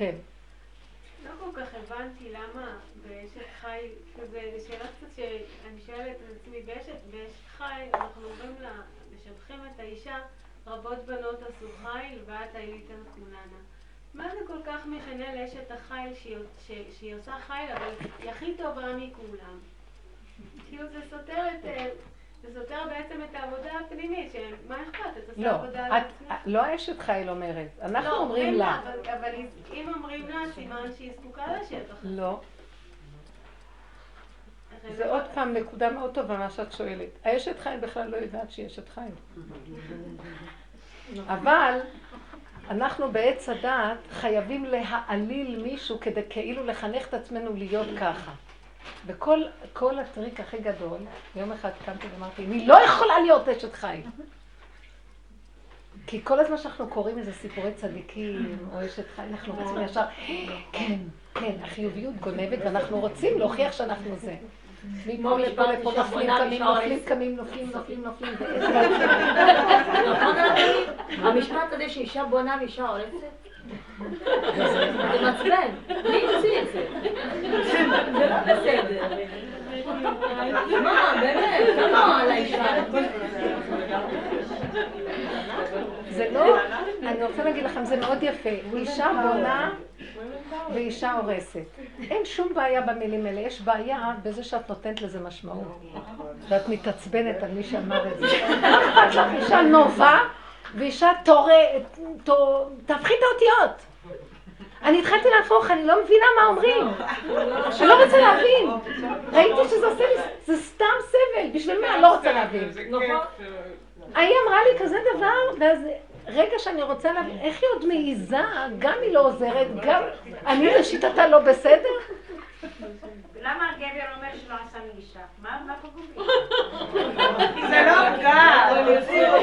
כן. לא כל כך הבנתי למה באשת חי, כזה, זו שאלה קצת שאני שואלת את עצמי, באשת חי אנחנו אומרים לה, משבחים את האישה, רבות בנות עשו חיל ואת העילית כולנה. מה זה כל כך משנה לאשת החיל שהיא עושה חיל, אבל היא הכי טובה מכולם? כאילו זה סותר בעצם את העבודה הפנימית, שמה אכפת? את עושה עבודה על עצמך? לא אשת חיל אומרת, אנחנו אומרים לה. אבל אם אומרים לה, סימן שהיא זקוקה לשטח. לא. זה עוד פעם נקודה מאוד טובה מה שאת שואלת. האשת חיל בכלל לא יודעת שהיא אשת חיל. אבל אנחנו בעץ הדעת חייבים להעליל מישהו כדי כאילו לחנך את עצמנו להיות ככה. וכל הטריק הכי גדול, יום אחד קמתי ואמרתי, אני לא יכולה להיות אשת חיל. כי כל הזמן שאנחנו קוראים איזה סיפורי צדיקים או אשת חיל, אנחנו רוצים ישר, כן, כן, החיוביות גונבת ואנחנו רוצים להוכיח שאנחנו זה. מפה לפה לפה נופלים, נופלים. המשפט הזה שאישה בונה ואישה הורסת? זה מצבן. מי יוציא את זה? זה לא בסדר. מה, באמת? כמה על האישה? זה לא, אני רוצה להגיד לכם, זה מאוד יפה. אישה בונה ואישה הורסת. אין שום בעיה במילים האלה, יש בעיה בזה שאת נותנת לזה משמעות. ואת מתעצבנת על מי שאמר את זה. אישה נובה ואישה תהפכי את האותיות. אני התחלתי להפוך, אני לא מבינה מה אומרים. אני לא רוצה להבין. ראיתי שזה עושה לי, זה סתם סבל. בשביל מה? אני לא רוצה להבין. היא אמרה לי כזה דבר, ואז רגע שאני רוצה להבין, איך היא עוד מעיזה, גם היא לא עוזרת, גם אני לשיטתה לא בסדר? למה הגבר אומר שלא עשה מאישה? מה פגעו בי? זה לא פגע, הם יוציאו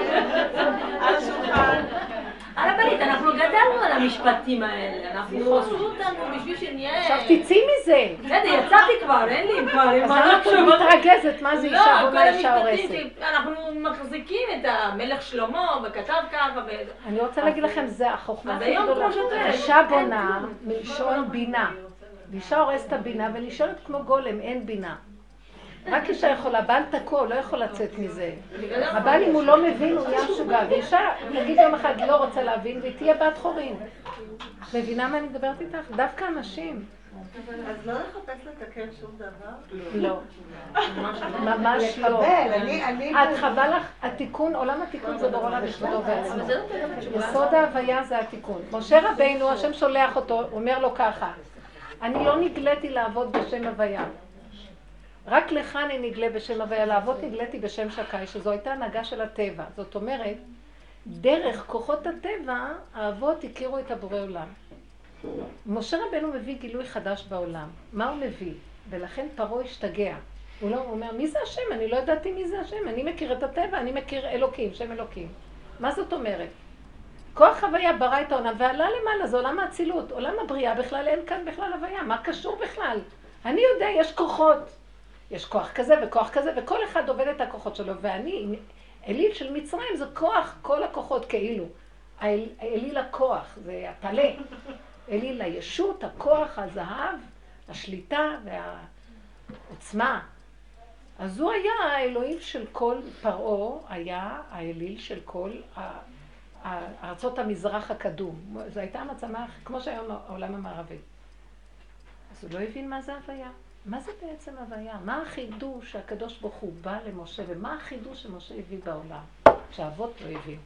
על השולחן. הרבנית, אנחנו גדלנו על המשפטים האלה, אנחנו עשו אותנו בשביל שנהיה... עכשיו תצאי מזה. בסדר, יצאתי כבר, אין לי כבר... אז למה כשהוא מתרגזת, מה זה אישה בונה אישה הורסת? אנחנו מחזיקים את המלך שלמה וכתב ככה ו... אני רוצה להגיד לכם, זה החוכמה הכי גדולה. אישה בונה מלשון בינה. ואישה הורסת הבינה ונשארת כמו גולם, אין בינה. רק אישה יכולה, בעל תקוע, לא יכול לצאת מזה. הבעל אם הוא לא מבין, הוא יהיה משוגע. ואישה, נגיד יום אחד, לא רוצה להבין, והיא תהיה בת חורין. מבינה מה אני מדברת איתך? דווקא אנשים. אז לא לחפש לתקן שום דבר? לא. ממש לא. את חבל לך, התיקון, עולם התיקון זה בעולם בכבודו ועצמו. יסוד ההוויה זה התיקון. משה רבינו, השם שולח אותו, אומר לו ככה, אני לא נגליתי לעבוד בשם הוויה. רק לך אני נגלה בשם הוויה, לעבוד נגליתי בשם שקי, שזו הייתה הנהגה של הטבע. זאת אומרת, דרך כוחות הטבע, האבות הכירו את הבורא עולם. משה רבנו מביא גילוי חדש בעולם. מה הוא מביא? ולכן פרעה השתגע. הוא אומר, מי זה השם? אני לא ידעתי מי זה השם. אני מכיר את הטבע, אני מכיר אלוקים, שם אלוקים. מה זאת אומרת? כוח הוויה ברא את העולם ועלה למעלה, זה עולם האצילות. עולם הבריאה בכלל אין כאן בכלל הוויה. מה קשור בכלל? אני יודע, יש כוחות. יש כוח כזה וכוח כזה, וכל אחד עובד את הכוחות שלו. ואני, אליל של מצרים זה כוח, כל הכוחות כאילו. אליל הכוח, זה הטלה. אליל הישות, הכוח, הזהב, השליטה והעוצמה. אז הוא היה האלוהים של כל פרעה, היה האליל של כל ארצות המזרח הקדום. זו הייתה המצמה כמו שהיום העולם המערבי. אז הוא לא הבין מה זה הוויה. מה זה בעצם הוויה? מה החידוש שהקדוש ברוך הוא בא למשה, ומה החידוש שמשה הביא בעולם, שהאבות לא הביאו?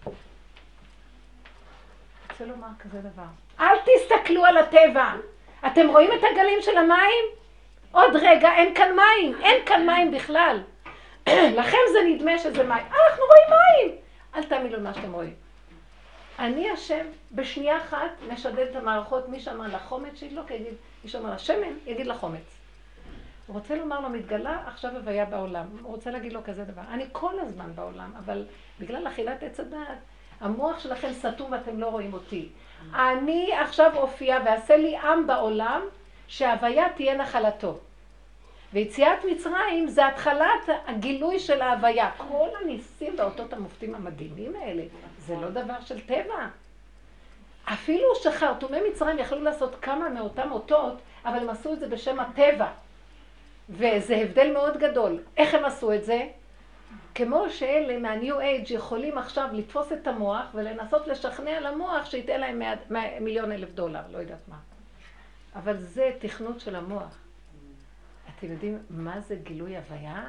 רוצה לומר כזה דבר. אל תסתכלו על הטבע. אתם רואים את הגלים של המים? עוד רגע, אין כאן מים. אין כאן מים בכלל. לכם זה נדמה שזה מים. אנחנו רואים מים. אל תאמינו למה שאתם רואים. אני השם בשנייה אחת משדד את המערכות. מי שאמר לחומץ שידלוק, יגיד, מי שאמר לשמן, יגיד לחומץ. הוא רוצה לומר לו, מתגלה עכשיו הוויה בעולם. הוא רוצה להגיד לו כזה דבר. אני כל הזמן בעולם, אבל בגלל אכילת עץ הדעת, המוח שלכם סתום ואתם לא רואים אותי. אני עכשיו אופיע ועשה לי עם בעולם שההוויה תהיה נחלתו. ויציאת מצרים זה התחלת הגילוי של ההוויה. כל הניסים והאותות המופתים המדהימים האלה, זה לא דבר של טבע. אפילו שחרטומי מצרים יכלו לעשות כמה מאותם אותות, אבל הם עשו את זה בשם הטבע. וזה הבדל מאוד גדול. איך הם עשו את זה? כמו שאלה מהניו אייג' יכולים עכשיו לתפוס את המוח ולנסות לשכנע למוח שייתן להם $1,000,000, לא יודעת מה. אבל זה תכנות של המוח. אתם יודעים מה זה גילוי הוויה?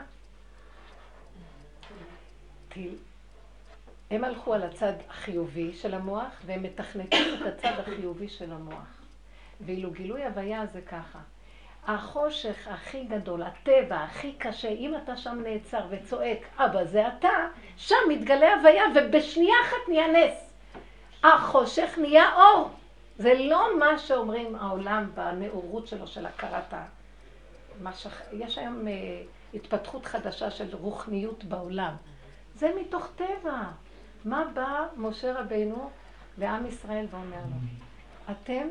הם הלכו על הצד החיובי של המוח והם מתכנתים את הצד החיובי של המוח. ואילו גילוי הוויה זה ככה. החושך הכי גדול, הטבע הכי קשה, אם אתה שם נעצר וצועק, אבא זה אתה, שם מתגלה הוויה ובשנייה אחת נהיה נס. החושך נהיה אור. זה לא מה שאומרים העולם בנאורות שלו של הכרת יש היום התפתחות חדשה של רוחניות בעולם. זה מתוך טבע. מה בא משה רבינו לעם ישראל ואומר לו? אתם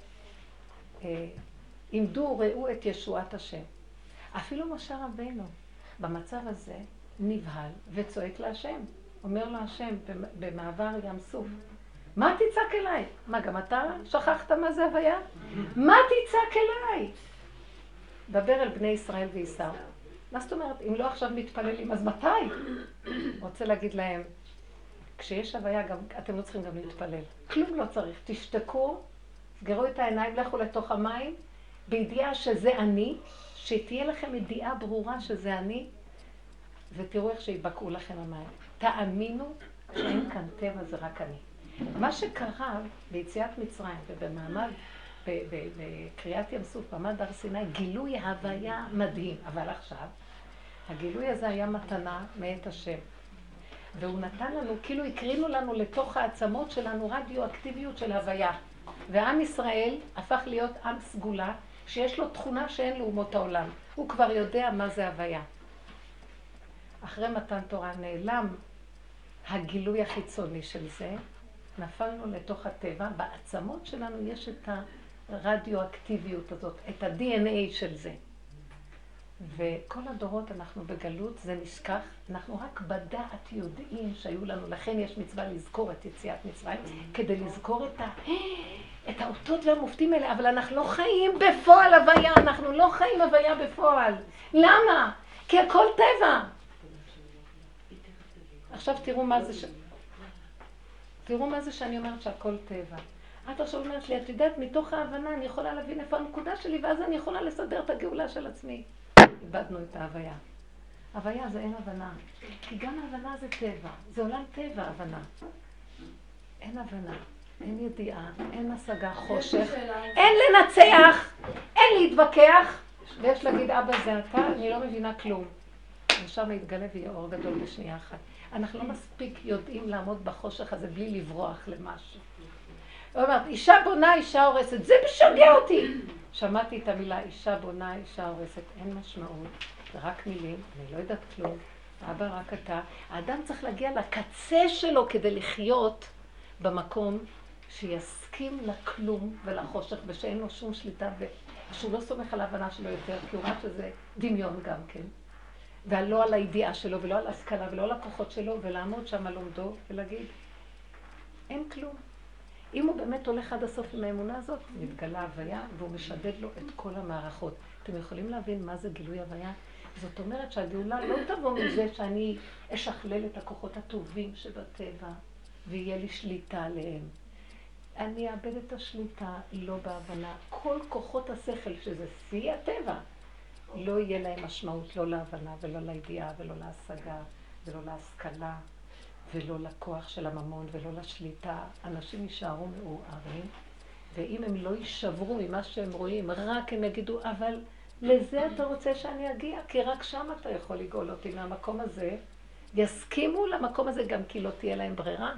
עמדו ראו את ישועת השם. אפילו משה רבינו במצב הזה נבהל וצועק להשם. אומר לו השם במעבר ים סוף. מה תצעק אליי? מה, גם אתה שכחת מה זה הוויה? מה תצעק אליי? דבר אל בני ישראל ויסעו. מה זאת אומרת? אם לא עכשיו מתפללים, אז מתי? רוצה להגיד להם, כשיש הוויה, אתם לא צריכים גם להתפלל. כלום לא צריך. תשתקו, סגרו את העיניים, לכו לתוך המים, בידיעה שזה אני, שתהיה לכם ידיעה ברורה שזה אני, ותראו איך שיבקעו לכם המים. תאמינו שאין כאן טבע, זה רק אני. מה שקרה ביציאת מצרים ובמעמד, בקריאת ים סוף, במעמד הר סיני, גילוי הוויה מדהים. אבל עכשיו, הגילוי הזה היה מתנה מאת השם. והוא נתן לנו, כאילו הקרינו לנו לתוך העצמות שלנו רדיו-אקטיביות של הוויה. ועם ישראל הפך להיות עם סגולה, שיש לו תכונה שאין לאומות העולם. הוא כבר יודע מה זה הוויה. אחרי מתן תורה נעלם הגילוי החיצוני של זה, נפלנו לתוך הטבע, בעצמות שלנו יש את הרדיו-אקטיביות הזאת, את ה-DNA של זה. וכל הדורות אנחנו בגלות, זה נשכח, אנחנו רק בדעת יודעים שהיו לנו, לכן יש מצווה לזכור את יציאת מצרים, כדי לזכור את האותות והמופתים האלה, אבל אנחנו לא חיים בפועל הוויה, אנחנו לא חיים הוויה בפועל. למה? כי הכל טבע. עכשיו תראו מה זה שאני אומרת שהכל טבע. את עכשיו אומרת לי, את יודעת, מתוך ההבנה אני יכולה להבין איפה הנקודה שלי, ואז אני יכולה לסדר את הגאולה של עצמי. איבדנו את ההוויה. הוויה זה אין הבנה. כי גם ההבנה זה טבע. זה עולם טבע, הבנה. אין הבנה, אין ידיעה, אין השגה, חושך. אין לנצח, אין להתווכח. ויש להגיד, אבא זה אתה, אני לא מבינה כלום. ושם להתגלה ויהיה אור גדול בשנייה אחת. אנחנו לא מספיק יודעים לעמוד בחושך הזה בלי לברוח למשהו. הוא אומרת, אישה בונה, אישה הורסת, זה משגע אותי. שמעתי את המילה, אישה בונה, אישה הורסת, אין משמעות, זה רק מילים, אני לא יודעת כלום, אבא רק אתה. האדם צריך להגיע לקצה שלו כדי לחיות במקום שיסכים לכלום ולחושך ושאין לו שום שליטה ושהוא לא סומך על ההבנה שלו יותר, כי הוא רואה שזה דמיון גם כן. ולא על הידיעה שלו ולא על השכלה ולא על הכוחות שלו, ולעמוד שם על עומדו ולהגיד, אין כלום. אם הוא באמת הולך עד הסוף עם האמונה הזאת, מתגלה הוויה והוא משדד לו את כל המערכות. אתם יכולים להבין מה זה גילוי הוויה? זאת אומרת שהגאולה לא תבוא מזה שאני אשכלל את הכוחות הטובים שבטבע ויהיה לי שליטה עליהם. אני אאבד את השליטה לא בהבנה. כל כוחות השכל שזה שיא הטבע, לא יהיה להם משמעות לא להבנה ולא לידיעה ולא להשגה ולא להשכלה. ולא לכוח של הממון ולא לשליטה. אנשים יישארו מעורערים, ואם הם לא יישברו ממה שהם רואים, רק הם יגידו, אבל לזה אתה רוצה שאני אגיע, כי רק שם אתה יכול לגאול אותי מהמקום הזה. יסכימו למקום הזה גם כי לא תהיה להם ברירה.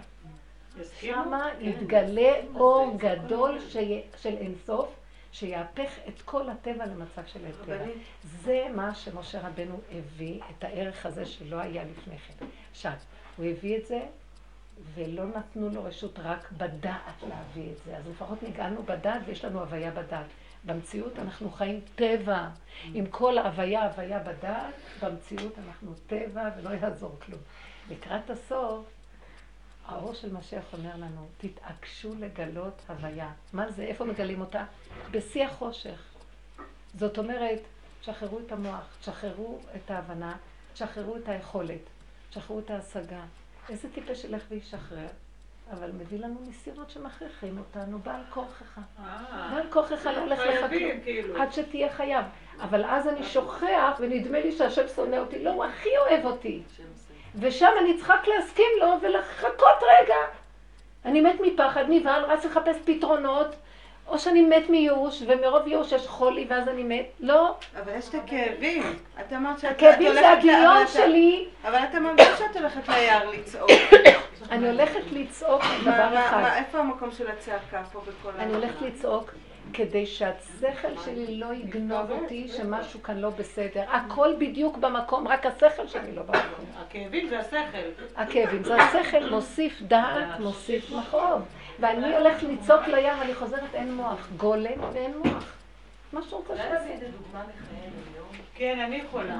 שמה יתגלה אור גדול של אינסוף, שיהפך את כל הטבע למצב של הטבע. זה מה שמשה רבנו הביא, את הערך הזה שלא היה לפני כן. עכשיו, הוא הביא את זה, ולא נתנו לו רשות רק בדעת להביא את זה. אז לפחות נגענו בדעת ויש לנו הוויה בדעת. במציאות אנחנו חיים טבע. עם כל ההוויה בדעת, במציאות אנחנו טבע ולא יעזור כלום. לקראת הסוף, האור של משיח אומר לנו, תתעקשו לגלות הוויה. מה זה? איפה מגלים אותה? בשיא החושך. זאת אומרת, תשחררו את המוח, תשחררו את ההבנה, תשחררו את היכולת, תשחררו את ההשגה. איזה טיפש ילך וישחרר? אבל מביא לנו ניסיונות שמכריחים אותנו בעל כוחך. בעל כוחך לא הולך לך עד שתהיה חייב. אבל אז אני שוכח ונדמה לי שהשם שונא אותי. לא, הוא הכי אוהב אותי. ושם אני צריכה להסכים לו ולחכות רגע. אני מת מפחד, נבהל, רץ לחפש פתרונות, או שאני מת מיוש, ומרוב יוש יש חולי ואז אני מת. לא. אבל יש את הכאבים. את אמרת שאת הכאבים זה הדמיון שלי. אבל את אמרת שאת הולכת ליער לצעוק. אני הולכת לצעוק דבר אחד. איפה המקום של הצעקה פה בכל העולם? אני הולכת לצעוק כדי שהשכל שלי לא יגנוב אותי שמשהו כאן לא בסדר. הכל בדיוק במקום, רק השכל שלי לא במקום. הכאבים זה השכל. הכאבים זה השכל, מוסיף דעת, מוסיף מכאוב. ואני הולכת לצעוק לים, אני חוזרת, אין מוח. גולם ואין מוח. משהו קשה. אולי נביא את הדוגמה מחיינו היום? כן, אני יכולה.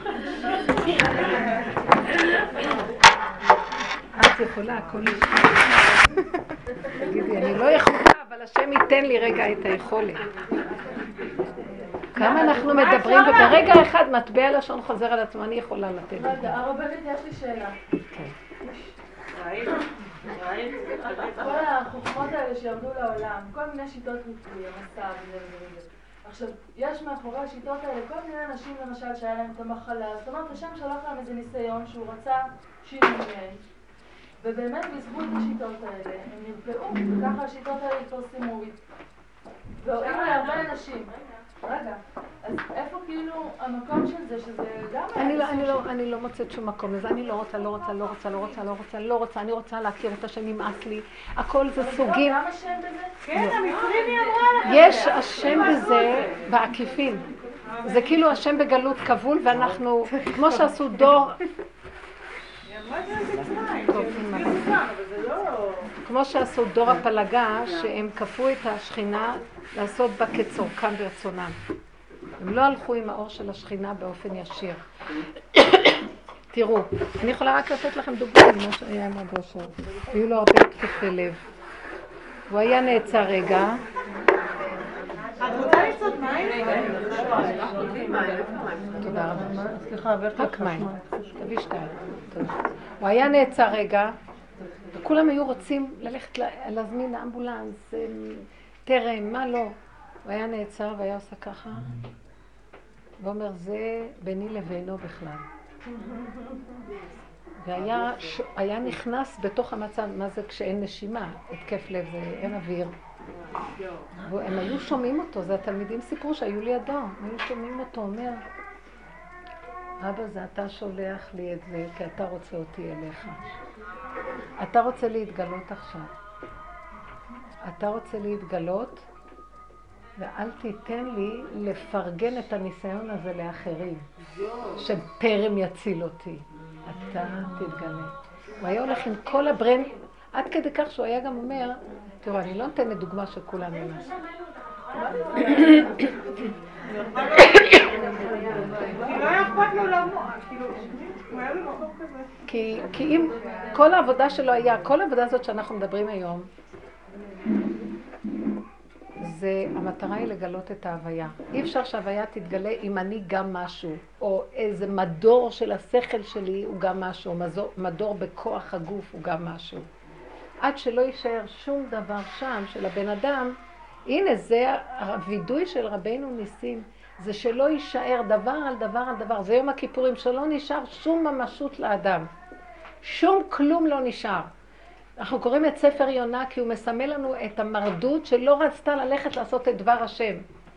את יכולה, הכל יש. תגידי, אני לא יכולה, אבל השם ייתן לי רגע את היכולת. כמה אנחנו מדברים, וברגע אחד מטבע לשון חוזר על עצמו, אני יכולה לתת. רגע, הרבנית, יש לי שאלה. ראית? כל החוכמות האלה שירדו לעולם, כל מיני שיטות ריפוי, המסע וזה וזה. עכשיו, יש מאחורי השיטות האלה כל מיני אנשים למשל שהיה להם את המחלה, זאת אומרת, השם שלח להם איזה ניסיון שהוא רצה שינוי, ובאמת בזכות השיטות האלה הם נרפאו, וככה השיטות האלה התפרסמו, והורידו להרבה אנשים. רגע, אז איפה כאילו המקום של זה, שזה גם... אני לא מוצאת שום מקום לזה, אני לא רוצה, אני רוצה להכיר את השם, נמאס לי, הכל זה סוגים. גם השם בזה? כן, המצרים אמרה לך. יש השם בזה בעקיפין. זה כאילו השם בגלות כבול, ואנחנו, כמו שעשו דור... כמו שעשו דור הפלגה, שהם כפו את השכינה לעשות בה כצורכם ברצונם. הם לא הלכו עם האור של השכינה באופן ישיר. תראו, אני יכולה רק לתת לכם דוגמה ממה שהיה עם רב אושר. היו לו הרבה התקפי לב. הוא היה נעצר רגע. את רוצה לשתות מים? תודה רבה. סליחה, רק מים. תביא שתיים. תודה. הוא היה נעצר רגע, וכולם היו רוצים ללכת להזמין אמבולנס, טרם, מה לא. הוא היה נעצר והיה עושה ככה, ואומר, זה ביני לבינו בכלל. והיה נכנס בתוך המצב, מה זה כשאין נשימה, התקף לב, אין אוויר. הם היו שומעים אותו, זה התלמידים סיפרו שהיו לידו, היו שומעים אותו, אומר, אבא, זה אתה שולח לי את זה, כי אתה רוצה אותי אליך. אתה רוצה להתגלות עכשיו. אתה רוצה להתגלות, ואל תיתן לי לפרגן את הניסיון הזה לאחרים, שפרם יציל אותי. אתה תתגלה. הוא היה הולך עם כל הברן, עד כדי כך שהוא היה גם אומר, תראו, אני לא נותנת דוגמה של כולנו. כי אם כל העבודה שלו היה, כל העבודה הזאת שאנחנו מדברים היום, זה, המטרה היא לגלות את ההוויה. אי אפשר שההוויה תתגלה אם אני גם משהו, או איזה מדור של השכל שלי הוא גם משהו, מדור בכוח הגוף הוא גם משהו. עד שלא יישאר שום דבר שם של הבן אדם, הנה זה הווידוי של רבינו ניסים, זה שלא יישאר דבר על דבר על דבר, זה יום הכיפורים, שלא נשאר שום ממשות לאדם, שום כלום לא נשאר. אנחנו קוראים את ספר יונה כי הוא מסמל לנו את המרדות שלא רצתה ללכת לעשות את דבר השם.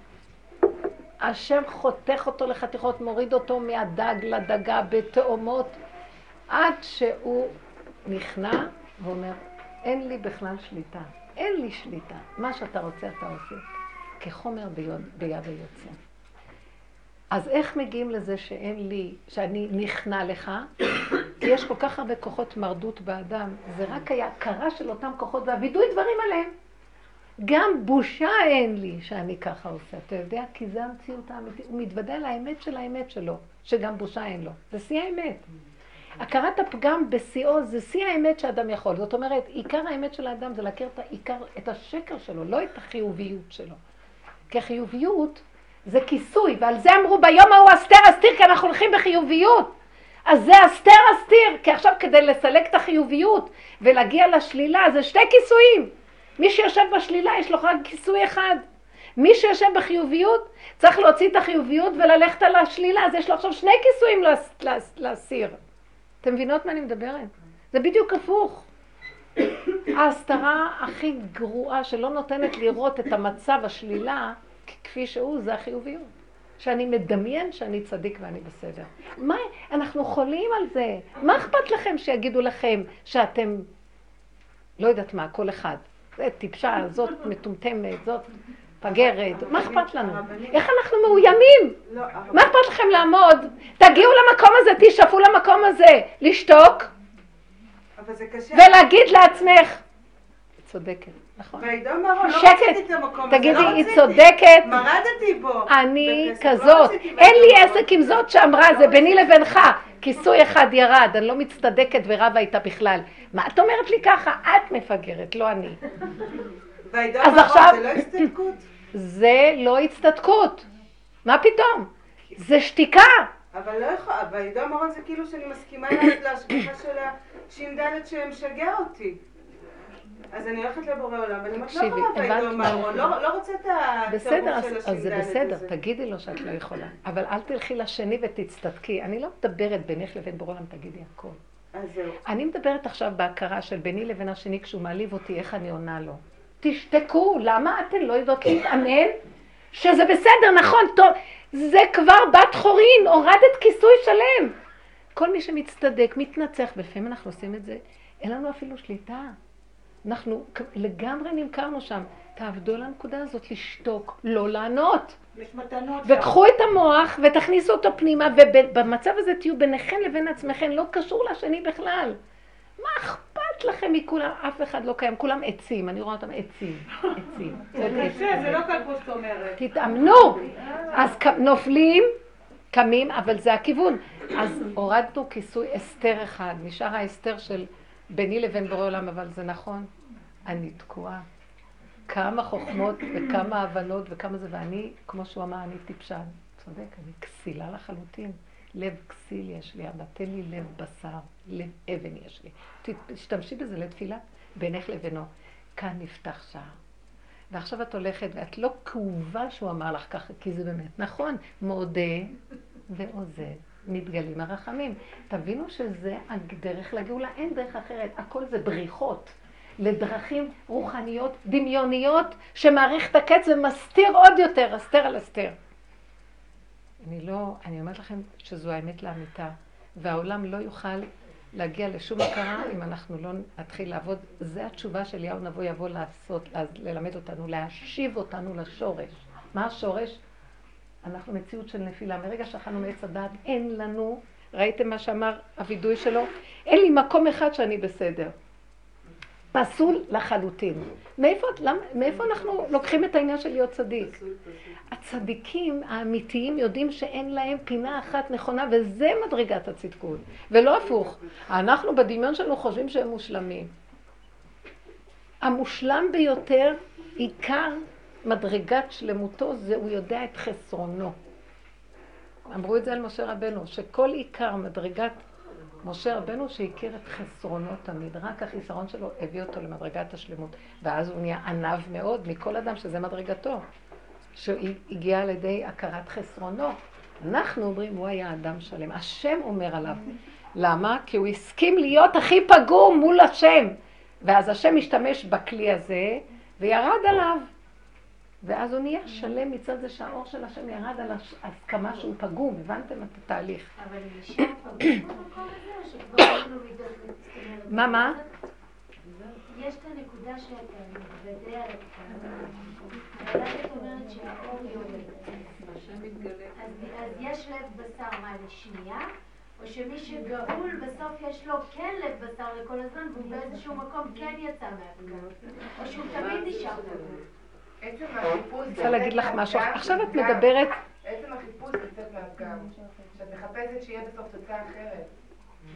השם חותך אותו לחתיכות, מוריד אותו מהדג לדגה בתאומות, עד שהוא נכנע ואומר, אין לי בכלל שליטה, אין לי שליטה. מה שאתה רוצה אתה עושה, כחומר ביד היוצא. אז איך מגיעים לזה שאין לי, שאני נכנע לך? כי יש כל כך הרבה כוחות מרדות באדם, זה רק היה הכרה של אותם כוחות והווידוי דברים עליהם. גם בושה אין לי שאני ככה עושה, אתה יודע? כי זה המציאות האמיתית, הוא מתוודע לאמת של האמת שלו, שגם בושה אין לו. זה שיא האמת. הכרת הפגם בשיאו זה שיא האמת שאדם יכול. זאת אומרת, עיקר האמת של האדם זה להכיר את השקר שלו, לא את החיוביות שלו. כי החיוביות זה כיסוי, ועל זה אמרו ביום ההוא אסתר, כי אנחנו הולכים בחיוביות. אז זה אסתר, כי עכשיו כדי לסלק את החיוביות ולהגיע לשלילה, זה שתי כיסויים. מי שיושב בשלילה יש לו רק כיסוי אחד. מי שיושב בחיוביות צריך להוציא את החיוביות וללכת על השלילה, אז יש לו עכשיו שני כיסויים להסיר. אתם מבינות מה אני מדברת? זה בדיוק הפוך. ההסתרה הכי גרועה שלא נותנת לראות את המצב השלילה כפי שהוא, זה החיוביות. שאני מדמיין שאני צדיק ואני בסדר. מה? אנחנו חולים על זה. מה אכפת לכם שיגידו לכם שאתם, לא יודעת מה, כל אחד. זה טיפשה, זאת מטומטמת, זאת פגרת. מה אכפת לנו? איך אנחנו מאוימים? מה אכפת לכם לעמוד? תגיעו למקום הזה, תשאפו למקום הזה, לשתוק ולהגיד לעצמך, צודקת, נכון. ועידו מרון, לא שקט, רציתי את המקום הזה, תגידי, לא היא רציתי. צודקת. מרדתי בו. אני בכסף, לא כזאת, רציתי אין לי ועידו עסק עם זאת שאמרה, זה ביני לבינך. כיסוי אחד ירד, אני לא מצטדקת ורבה איתה בכלל. מה את אומרת לי ככה? את מפגרת, לא אני. ועידו אז מרון, עכשיו- זה לא הסתדקות? זה לא הצטדקות. מה פתאום? זה שתיקה. אבל לא יכול, ועידו מרון זה כאילו שאני מסכימה להשגחה של הש"ד שמשגע אותי. אז אני הולכת לבורא עולם, ואני אומרת, לא תקשיבי, יכולה ועידו הבנת מה? מרון, לא רוצה את בסדר, הטירוף של אז זה הש"ד בסדר, הזה. תגידי לו שאת לא יכולה. אבל אל תלכי לשני ותצטדקי. אני לא מדברת בינך לבין בורא עולם, תגידי הכל. אז זהו. אני מדברת עכשיו בהכרה של ביני לבין השני כשהוא מעליב אותי, איך אני עונה לו. תשתקו, למה אתן לא יודעות להתאמן? שזה בסדר, נכון, טוב, זה כבר בת חורין, הורדת כיסוי שלם. כל מי שמצטדק, מתנצח, ולפעמים אנחנו עושים את זה, אין לנו אפילו שליטה. אנחנו לגמרי נמכרנו שם. תעבדו על הנקודה הזאת, לשתוק, לא לענות. יש מתנות. וקחו את המוח ותכניסו אותו פנימה, ובמצב הזה תהיו ביניכם לבין עצמכם, לא קשור לשני בכלל. מה אכפת לכם מכולם? אף אחד לא קיים, כולם עצים, אני רואה אותם עצים, עצים. זה לא כל פוסט אומרת. תתאמנו, אז נופלים, קמים, אבל זה הכיוון. אז הורדנו כיסוי אסתר אחד, נשאר האסתר של ביני לבין בורא עולם, אבל זה נכון, אני תקועה. כמה חוכמות וכמה הבנות וכמה זה, ואני, כמו שהוא אמר, אני טיפשה, צודק, אני כסילה לחלוטין. לב כסיל יש לי, אבל תן לי לב בשר, לב אבן יש לי. תשתמשי בזה לתפילה, בינך לבינו. כאן נפתח שער. ועכשיו את הולכת, ואת לא כאובה שהוא אמר לך ככה, כי זה באמת נכון, מודה ועוזב, מתגלים הרחמים. תבינו שזה הדרך לגאולה, אין דרך אחרת, הכל זה בריחות. לדרכים רוחניות, דמיוניות, שמעריך את הקץ ומסתיר עוד יותר, אסתר על אסתר. אני אומרת לכם שזו האמת לאמיתה, והעולם לא יוכל להגיע לשום הכרה אם אנחנו לא נתחיל לעבוד. זה התשובה של אליהו הנביא יבוא לעשות, ללמד אותנו, להשיב אותנו לשורש. מה השורש? אנחנו מציאות של נפילה. מרגע שאכלנו מעץ הדעת, אין לנו, ראיתם מה שאמר הווידוי שלו? אין לי מקום אחד שאני בסדר. פסול לחלוטין. מאיפה אנחנו לוקחים את העניין של להיות צדיק? הצדיקים האמיתיים יודעים שאין להם פינה אחת נכונה, וזה מדרגת הצדקות, ולא הפוך. אנחנו בדמיון שלנו חושבים שהם מושלמים. המושלם ביותר, עיקר מדרגת שלמותו, זה הוא יודע את חסרונו. אמרו את זה על משה רבנו, שכל עיקר מדרגת משה רבנו שהכיר את חסרונו תמיד, רק החיסרון שלו הביא אותו למדרגת השלמות, ואז הוא נהיה ענב מאוד מכל אדם שזה מדרגתו, שהגיע על ידי הכרת חסרונו. אנחנו אומרים, הוא היה אדם שלם, השם אומר עליו. למה? כי הוא הסכים להיות הכי פגום מול השם, ואז השם משתמש בכלי הזה וירד עליו. ואז הוא נהיה שלם מצד זה שהאור של השם ירד על הסכמה שהוא פגום. הבנתם את התהליך? אבל נשאר פגום במקום הזה, או שכבר היינו מתאר? מה? יש את הנקודה שאתה מתוודע על הכתב, אבל את אומרת שהאור יורד. אז יש לב בשר מה לשנייה, או שמי שגאול בסוף יש לו כן לב בשר לכל הזמן, והוא באיזשהו מקום כן יצא מהפגם, או שהוא תמיד נשאר פגום. עצם החיפוש... אני רוצה להגיד לך משהו. עכשיו את מדברת... עצם החיפוש יוצאת מהפגם. שאת מחפשת שיהיה בסוף תוצאה אחרת.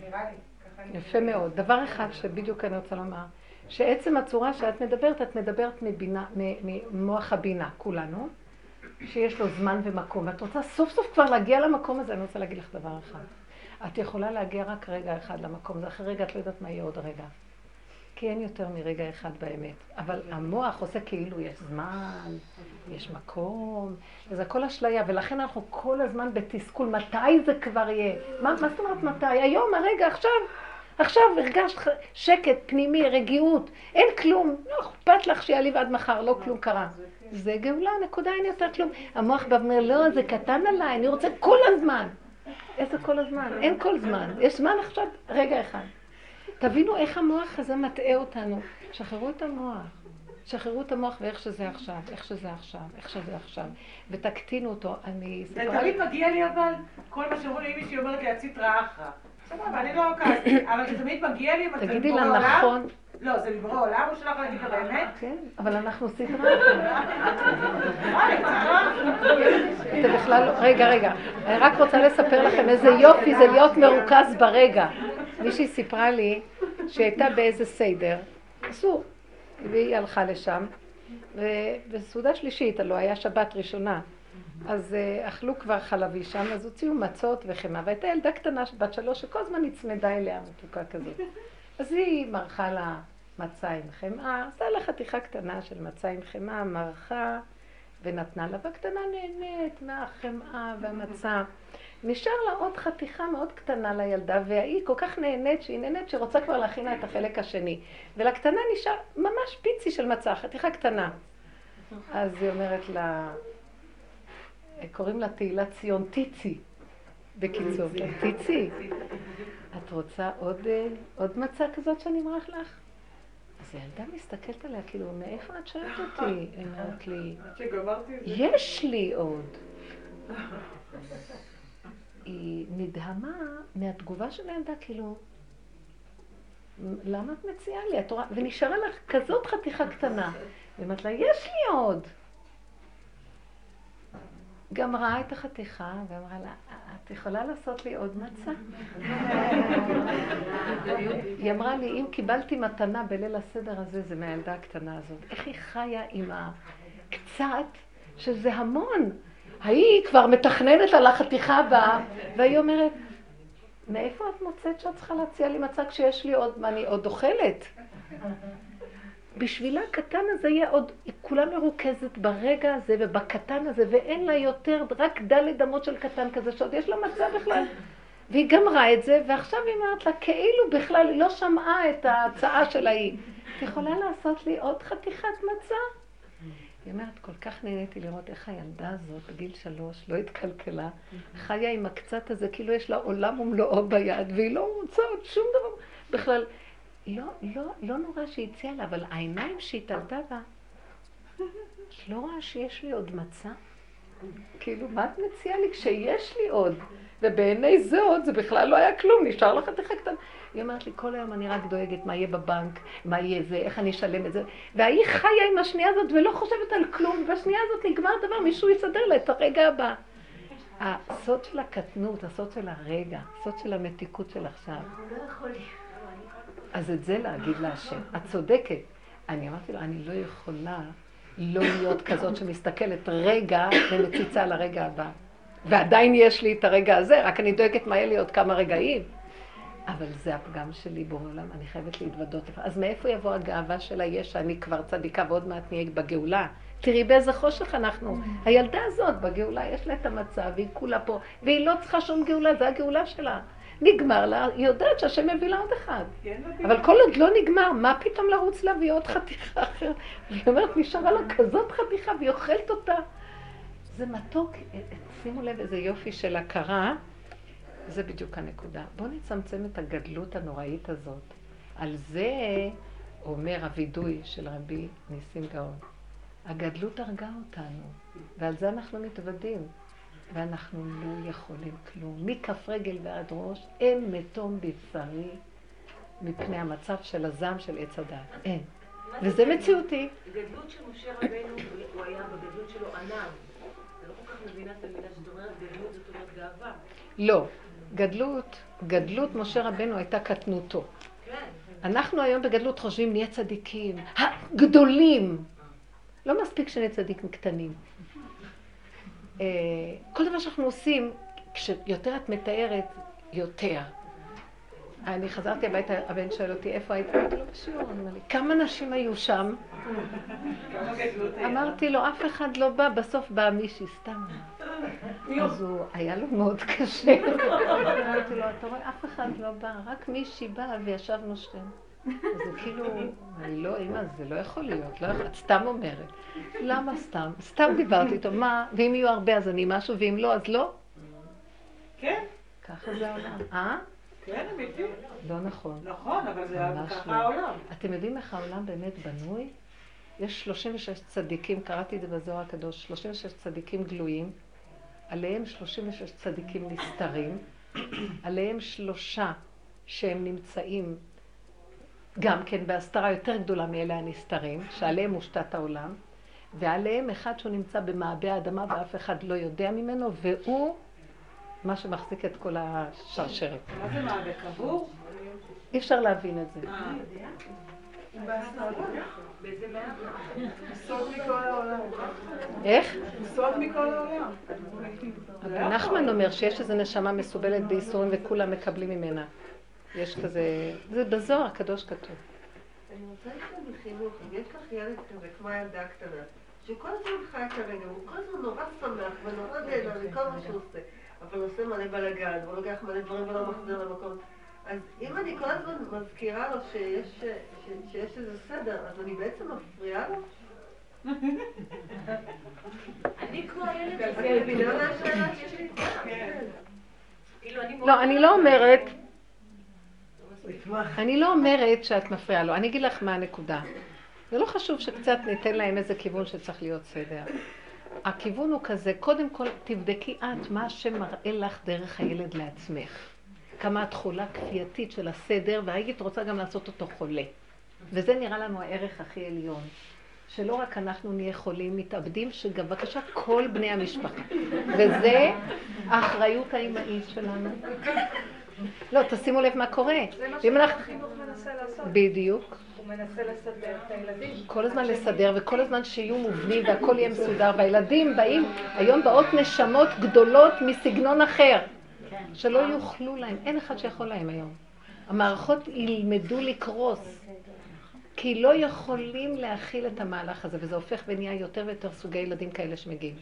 נראה לי. יפה מאוד. דבר אחד שבדיוק אני רוצה לומר, שעצם הצורה שאת מדברת, את מדברת ממוח הבינה, כולנו, שיש לו זמן ומקום. ואת רוצה סוף סוף כבר להגיע למקום הזה, אני רוצה להגיד לך דבר אחד. את יכולה להגיע רק רגע אחד למקום, זה אחרי רגע את לא יודעת מה יהיה עוד רגע. כי אין יותר מרגע אחד באמת. אבל המוח עושה כאילו יש זמן, יש מקום, וזה הכל אשליה, ולכן אנחנו כל הזמן בתסכול, מתי זה כבר יהיה? מה זאת אומרת מתי? היום, הרגע, עכשיו הרגשת שקט, פנימי, רגיעות, אין כלום, לא אכפת לך שיעליב עד מחר, לא כלום קרה. זה גאולה, נקודה, אין יותר כלום. המוח בא ואומר, לא, זה קטן עליי, אני רוצה כל הזמן. איזה כל הזמן? אין כל זמן. יש זמן עכשיו, רגע אחד. תבינו איך המוח הזה מטעה אותנו. שחררו את המוח. שחררו את המוח ואיך שזה עכשיו, איך שזה עכשיו, איך שזה עכשיו. ותקטינו אותו. זה תמיד מגיע לי אבל, כל מה שאומרים לי, מישהי אומרת לי, עשית רעה אחרא. סבבה, אני לא כעסתי, אבל זה תמיד מגיע לי, תגידי לה נכון. לא, זה לבורא עולם, או שלך להגיד לה באמת? כן, אבל אנחנו סדרה. זה בכלל לא, רגע, אני רק רוצה לספר לכם איזה יופי זה להיות מרוכז ברגע. מישהי סיפרה לי שהייתה באיזה סיידר, אסור, והיא הלכה לשם, ובסעודה שלישית, הלוא היה שבת ראשונה, אז אכלו כבר חלבי שם, אז הוציאו מצות וחמה, והייתה ילדה קטנה בת 3 שכל הזמן נצמדה אליה מתוקה כזאת. אז היא מרחה לה מצה עם חמאה, עשה לה חתיכה קטנה של מצה עם חמאה, מרחה ונתנה לה, והקטנה נהנית מהחמאה והמצה. נשאר לה עוד חתיכה מאוד קטנה לילדה, והיא כל כך נהנית שהיא נהנית שרוצה כבר להכין לה את החלק השני. ולקטנה נשאר ממש פיצי של מצה, חתיכה קטנה. אז היא אומרת לה, קוראים לה תהילה ציון, טיצי, בקיצור, טיצי. את רוצה עוד מצה כזאת שאני אמרח לך? אז הילדה מסתכלת עליה, כאילו, מאיפה את שואלת אותי? היא אומרת לי, יש לי עוד. היא נדהמה מהתגובה של הילדה, כאילו, למה את מציעה לי? ונשארה לך כזאת חתיכה קטנה. והיא אומרת לה, יש לי עוד. גם ראה את החתיכה ואמרה לה, את יכולה לעשות לי עוד מצה? היא אמרה לי, אם קיבלתי מתנה בליל הסדר הזה, זה מהילדה הקטנה הזאת. איך היא חיה עם הקצת, שזה המון. היא כבר מתכננת על החתיכה הבאה, והיא אומרת, מאיפה את מוצאת שאת צריכה להציע לי מצה כשיש לי עוד, מה אני עוד אוכלת? בשבילה הקטן הזה יהיה עוד, היא כולה מרוכזת ברגע הזה ובקטן הזה, ואין לה יותר רק דלת אמות של קטן כזה, שעוד יש לה מצה בכלל. והיא גמרה את זה, ועכשיו היא אומרת לה, כאילו בכלל היא לא שמעה את ההצעה של ההיא. את יכולה לעשות לי עוד חתיכת מצה? היא אומרת, כל כך נהניתי לראות איך הילדה הזאת בגיל 3 לא התקלקלה, חיה עם הקצת הזה, כאילו יש לה עולם ומלואו ביד, והיא לא רוצה עוד שום דבר. בכלל, לא נורא שהיא הציעה לה, אבל העיניים שהיא תלתה בה, לא רואה שיש לי עוד מצה? כאילו, מה את מציעה לי כשיש לי עוד? ובעיני זה עוד, זה בכלל לא היה כלום, נשאר לך תחק קטן. היא אומרת לי, כל היום אני רק דואגת מה יהיה בבנק, מה יהיה זה, איך אני אשלם את זה. והיא חיה עם השנייה הזאת ולא חושבת על כלום, והשנייה הזאת נגמר דבר, מישהו יסדר לה את הרגע הבא. הסוד של הקטנות, הסוד של הרגע, הסוד של המתיקות של עכשיו. אז את זה להגיד להשם, את צודקת. אני אמרתי לו, אני לא יכולה לא להיות כזאת שמסתכלת רגע ומציצה על הרגע הבא. ועדיין יש לי את הרגע הזה, רק אני דואגת מה יהיה לי עוד כמה רגעים. אבל זה הפגם שלי בעולם, אני חייבת להתוודות. אז מאיפה יבוא הגאווה שלה? יש שאני כבר צדיקה ועוד מעט נהיה בגאולה. תראי באיזה חושך אנחנו. הילדה הזאת בגאולה יש לה את המצב, והיא כולה פה, והיא לא צריכה שום גאולה, זה הגאולה שלה. נגמר לה, היא יודעת שהשם מביא לה עוד אחד. אבל כל עוד לא נגמר, מה פתאום לרוץ להביא עוד חתיכה אחרת? והיא אומרת, נשארה לה כזאת חתיכה, והיא אוכלת אותה. זה מתוק, שימו לב איזה יופי של הכרה, זה בדיוק הנקודה. בואו נצמצם את הגדלות הנוראית הזאת. על זה אומר הוידוי של רבי ניסים גאון. הגדלות הרגה אותנו, ועל זה אנחנו מתוודים. ואנחנו לא יכולים כלום. מכף רגל ועד ראש, אין מתום בשרי מפני המצב של הזעם של עץ הדעת. אין. וזה מציאותי. גדלות של משה רבנו, הוא היה בגדלות שלו ענב. אני לא כל כך מבינה את המילה שאת אומרת, גדלות זאת אומרת גאווה. לא. גדלות משה רבנו הייתה קטנותו. אנחנו היום בגדלות חושבים נהיה צדיקים, הגדולים. לא מספיק שנהיה צדיקים קטנים. כל דבר שאנחנו עושים, כשיותר את מתארת, יותר. אני חזרתי הביתה, הבן שואל אותי, איפה היית? אמרתי לו בשיעור, אני אומר לי, כמה נשים היו שם? אמרתי לו, אף אחד לא בא, בסוף באה מישהי, סתם. אז הוא היה לו מאוד קשה. אמרתי לו, אתה רואה, אף אחד לא בא, רק מישהי באה וישבנו שתינו. אז הוא כאילו, לא, אמא, זה לא יכול להיות, את סתם אומרת. למה סתם? סתם דיברתי איתו, מה? ואם יהיו הרבה אז אני משהו, ואם לא, אז לא? כן. ככה זה העולם. כן, אמיתי. לא נכון. נכון, אבל זה ככה העולם. אתם יודעים איך העולם באמת בנוי? יש 36 צדיקים, קראתי את זה בזוהר הקדוש, 36 צדיקים גלויים, עליהם 36 צדיקים נסתרים, עליהם 3 שהם נמצאים גם כן בהסתרה יותר גדולה מאלה הנסתרים, שעליהם מושתת העולם, ועליהם אחד שהוא נמצא במעבה האדמה ואף אחד לא יודע ממנו, והוא מה שמחזיק את כל השרשרת. מה זה מעבה? קבור? אי אפשר להבין את זה. סוד מכל העולם. איך? סוד מכל העולם. נחמן אומר שיש איזו נשמה מסובלת בייסורים וכולם מקבלים ממנה. יש כזה, זה בזוהר הקדוש כתוב. אני רוצה לשאול בחינוך, אם יש לך ילד כזה כמו ילדה קטנה, שכל הזמן חי את הרגע, הוא כל הזמן נורא שמח ונורא נהנה מכל מה שהוא עושה, אבל הוא עושה מלא בלגן, והוא לוקח מלא דברים ולא מחזיר למקום. אז אם אני כל הזמן מזכירה לו שיש איזה סדר, אז אני בעצם מפריעה לו? אני כמו הילד אז אני מבינה מה השאלה שיש לי? לא, אני לא אומרת שאת מפריעה לו. אני אגיד לך מה הנקודה. זה לא חשוב שקצת ניתן להם איזה כיוון שצריך להיות סדר. הכיוון הוא כזה, קודם כל תבדקי את מה שמראה לך דרך הילד לעצמך. כמה התחולה כפייתית של הסדר, והיית רוצה גם לעשות אותו חולה. וזה נראה לנו הערך הכי עליון. שלא רק אנחנו נהיה חולים, מתאבדים, שגם בבקשה כל בני המשפחה. וזה האחריות האימהית שלנו. לא, תשימו לב מה קורה. זה מה שהחינוך מנסה לעשות. בדיוק. הוא מנסה לסדר את הילדים. כל הזמן לסדר, וכל הזמן שיהיו מובנים והכל יהיה מסודר, והילדים באים, היום באות נשמות גדולות מסגנון אחר, שלא יוכלו להם, אין אחד שיכול להם היום. המערכות ילמדו לקרוס, כי לא יכולים להכיל את המהלך הזה, וזה הופך ונהיה יותר ויותר סוגי ילדים כאלה שמגיעים.